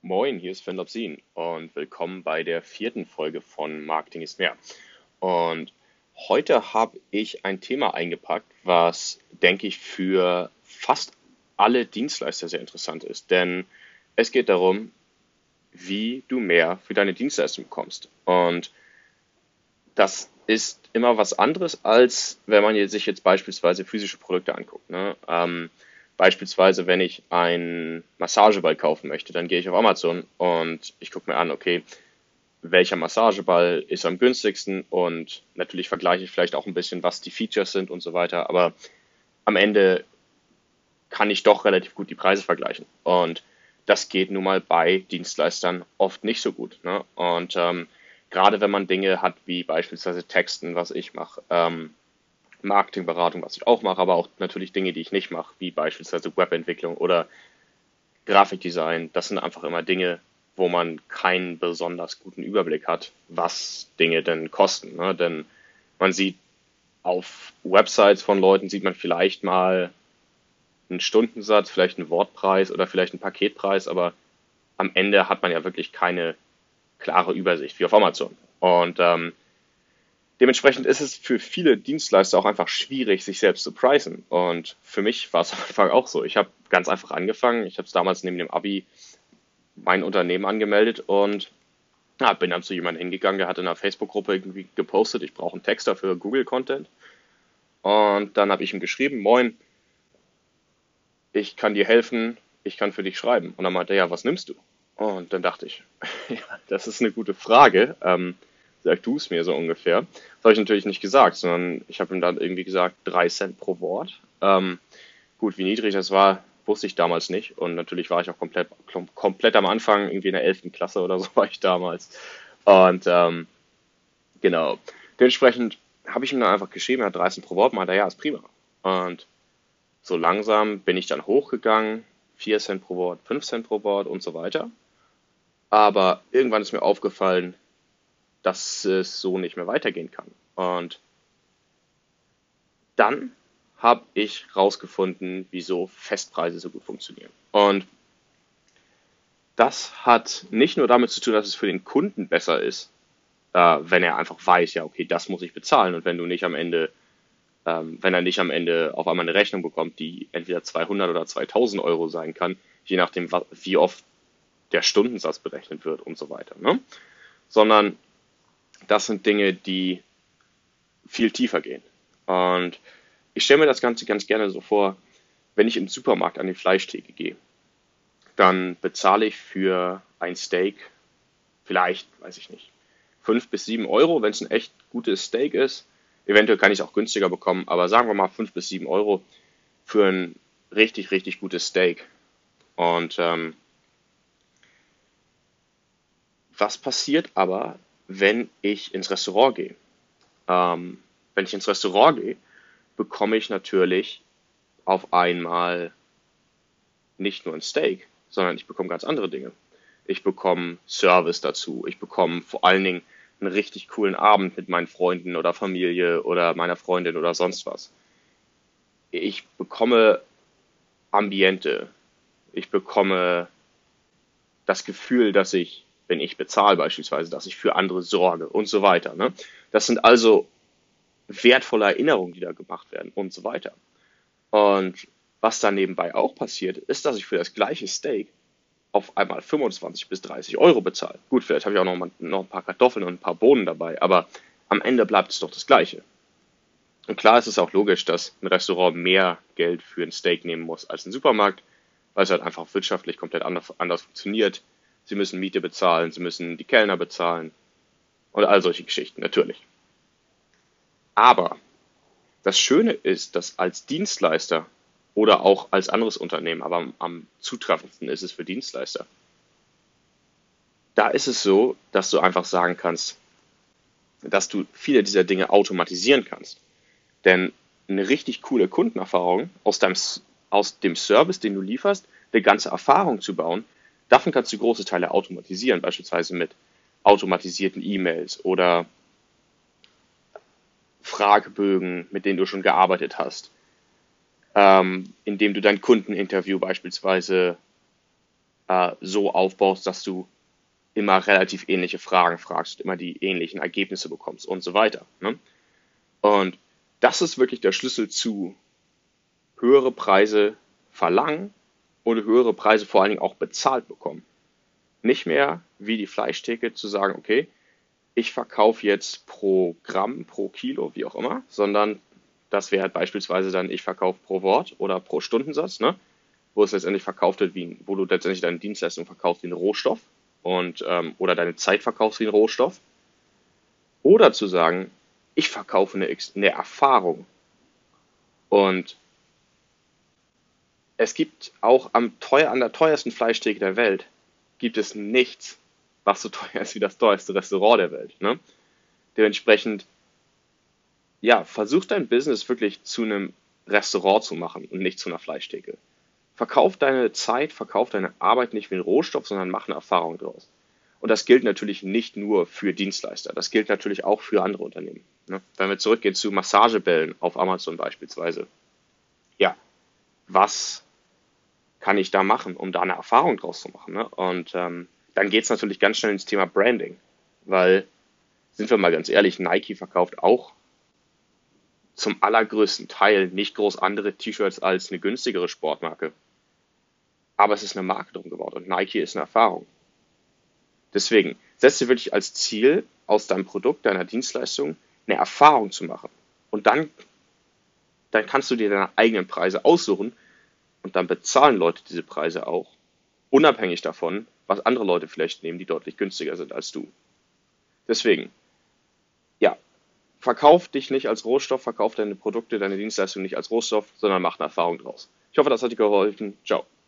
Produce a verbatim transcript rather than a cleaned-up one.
Moin, hier ist Sven Lobsin und willkommen bei der vierten Folge von Marketing ist mehr. Und heute habe ich ein Thema eingepackt, was, denke ich, für fast alle Dienstleister sehr interessant ist. Denn es geht darum, wie du mehr für deine Dienstleistung bekommst. Und das ist immer was anderes, als wenn man jetzt sich jetzt beispielsweise physische Produkte anguckt. Ne? Ähm, beispielsweise, wenn ich einen Massageball kaufen möchte, dann gehe ich auf Amazon und ich gucke mir an, okay, welcher Massageball ist am günstigsten, und natürlich vergleiche ich vielleicht auch ein bisschen, was die Features sind und so weiter, aber am Ende kann ich doch relativ gut die Preise vergleichen. Und das geht nun mal bei Dienstleistern oft nicht so gut. Ne? Und ähm, gerade wenn man Dinge hat wie beispielsweise Texten, was ich mache, ähm, Marketingberatung, was ich auch mache, aber auch natürlich Dinge, die ich nicht mache, wie beispielsweise Webentwicklung oder Grafikdesign. Das sind einfach immer Dinge, wo man keinen besonders guten Überblick hat, was Dinge denn kosten. Ne? Denn man sieht auf Websites von Leuten, sieht man vielleicht mal einen Stundensatz, vielleicht einen Wortpreis oder vielleicht einen Paketpreis, aber am Ende hat man ja wirklich keine klare Übersicht wie auf Amazon. Und ähm, dementsprechend ist es für viele Dienstleister auch einfach schwierig, sich selbst zu preisen. Und für mich war es am Anfang auch so. Ich habe ganz einfach angefangen. Ich habe es damals neben dem Abi mein Unternehmen angemeldet und ja, bin dann zu jemandem hingegangen, der hat in einer Facebook-Gruppe irgendwie gepostet, ich brauche einen Texter für Google Content. Und dann habe ich ihm geschrieben, moin, ich kann dir helfen, ich kann für dich schreiben. Und dann meinte er, ja, was nimmst du? Und dann dachte ich, ja, das ist eine gute Frage. Ähm, sag du es mir so ungefähr. Das habe ich natürlich nicht gesagt, sondern ich habe ihm dann irgendwie gesagt, drei Cent pro Wort. Ähm, gut, wie niedrig das war, wusste ich damals nicht. Und natürlich war ich auch komplett, komplett am Anfang, irgendwie in der elften Klasse oder so war ich damals. Und ähm, genau, dementsprechend habe ich ihm dann einfach geschrieben, er hat drei Cent pro Wort, meinte er, ja, ist prima. Und so langsam bin ich dann hochgegangen, vier Cent pro Wort, fünf Cent pro Wort und so weiter. Aber irgendwann ist mir aufgefallen, dass es so nicht mehr weitergehen kann. Und dann habe ich rausgefunden, wieso Festpreise so gut funktionieren. Und das hat nicht nur damit zu tun, dass es für den Kunden besser ist, äh, wenn er einfach weiß, ja, okay, das muss ich bezahlen. Und wenn du nicht am Ende, ähm, wenn er nicht am Ende auf einmal eine Rechnung bekommt, die entweder zweihundert oder zweitausend Euro sein kann, je nachdem, wie oft der Stundensatz berechnet wird und so weiter. Ne? Sondern das sind Dinge, die viel tiefer gehen. Und ich stelle mir das Ganze ganz gerne so vor, wenn ich im Supermarkt an die Fleischtheke gehe, dann bezahle ich für ein Steak vielleicht, weiß ich nicht, fünf bis sieben Euro, wenn es ein echt gutes Steak ist. Eventuell kann ich es auch günstiger bekommen, aber sagen wir mal fünf bis sieben Euro für ein richtig, richtig gutes Steak. Und ähm, was passiert aber, wenn ich ins Restaurant gehe? Ähm, wenn ich ins Restaurant gehe, bekomme ich natürlich auf einmal nicht nur ein Steak, sondern ich bekomme ganz andere Dinge. Ich bekomme Service dazu. Ich bekomme vor allen Dingen einen richtig coolen Abend mit meinen Freunden oder Familie oder meiner Freundin oder sonst was. Ich bekomme Ambiente. Ich bekomme das Gefühl, dass ich, wenn ich bezahle beispielsweise, dass ich für andere sorge und so weiter. Ne? Das sind also wertvolle Erinnerungen, die da gemacht werden und so weiter. Und was dann nebenbei auch passiert, ist, dass ich für das gleiche Steak auf einmal fünfundzwanzig bis dreißig Euro bezahle. Gut, vielleicht habe ich auch noch, mal, noch ein paar Kartoffeln und ein paar Bohnen dabei, aber am Ende bleibt es doch das Gleiche. Und klar ist es auch logisch, dass ein Restaurant mehr Geld für ein Steak nehmen muss als ein Supermarkt, weil es halt einfach wirtschaftlich komplett anders, anders funktioniert. Sie müssen Miete bezahlen, sie müssen die Kellner bezahlen und all solche Geschichten, natürlich. Aber das Schöne ist, dass als Dienstleister oder auch als anderes Unternehmen, aber am, am zutreffendsten ist es für Dienstleister, da ist es so, dass du einfach sagen kannst, dass du viele dieser Dinge automatisieren kannst. Denn eine richtig coole Kundenerfahrung aus deinem, aus dem Service, den du lieferst, eine ganze Erfahrung zu bauen, davon kannst du große Teile automatisieren, beispielsweise mit automatisierten E-Mails oder Fragebögen, mit denen du schon gearbeitet hast, ähm, indem du dein Kundeninterview beispielsweise äh, so aufbaust, dass du immer relativ ähnliche Fragen fragst, immer die ähnlichen Ergebnisse bekommst und so weiter. Ne? Und das ist wirklich der Schlüssel zu höhere Preise verlangen und höhere Preise vor allen Dingen auch bezahlt bekommen. Nicht mehr wie die Fleischtheke zu sagen, okay, ich verkaufe jetzt pro Gramm, pro Kilo, wie auch immer, sondern das wäre halt beispielsweise dann, ich verkaufe pro Wort oder pro Stundensatz, ne? Wo es letztendlich verkauft wird, wie, ein- wo du letztendlich deine Dienstleistung verkaufst wie ein Rohstoff und ähm, oder deine Zeit verkaufst wie ein Rohstoff. Oder zu sagen, ich verkaufe eine, Ex- eine Erfahrung. Und es gibt auch am teuer, an der teuersten Fleischtheke der Welt gibt es nichts, was so teuer ist wie das teuerste Restaurant der Welt. Ne? Dementsprechend, ja, versuch dein Business wirklich zu einem Restaurant zu machen und nicht zu einer Fleischtheke. Verkauf deine Zeit, verkauf deine Arbeit nicht wie ein Rohstoff, sondern mach eine Erfahrung draus. Und das gilt natürlich nicht nur für Dienstleister, das gilt natürlich auch für andere Unternehmen. Ne? Wenn wir zurückgehen zu Massagebällen auf Amazon beispielsweise. Ja, was kann ich da machen, um da eine Erfahrung draus zu machen? Ne? Und ähm, dann geht es natürlich ganz schnell ins Thema Branding, weil, sind wir mal ganz ehrlich, Nike verkauft auch zum allergrößten Teil nicht groß andere T-Shirts als eine günstigere Sportmarke. Aber es ist eine Marke drum geworden und Nike ist eine Erfahrung. Deswegen, setz dir wirklich als Ziel, aus deinem Produkt, deiner Dienstleistung eine Erfahrung zu machen. Und dann, dann kannst du dir deine eigenen Preise aussuchen und dann bezahlen Leute diese Preise auch, unabhängig davon, was andere Leute vielleicht nehmen, die deutlich günstiger sind als du. Deswegen, ja, verkauf dich nicht als Rohstoff, verkauf deine Produkte, deine Dienstleistung nicht als Rohstoff, sondern mach eine Erfahrung draus. Ich hoffe, das hat dir geholfen. Ciao.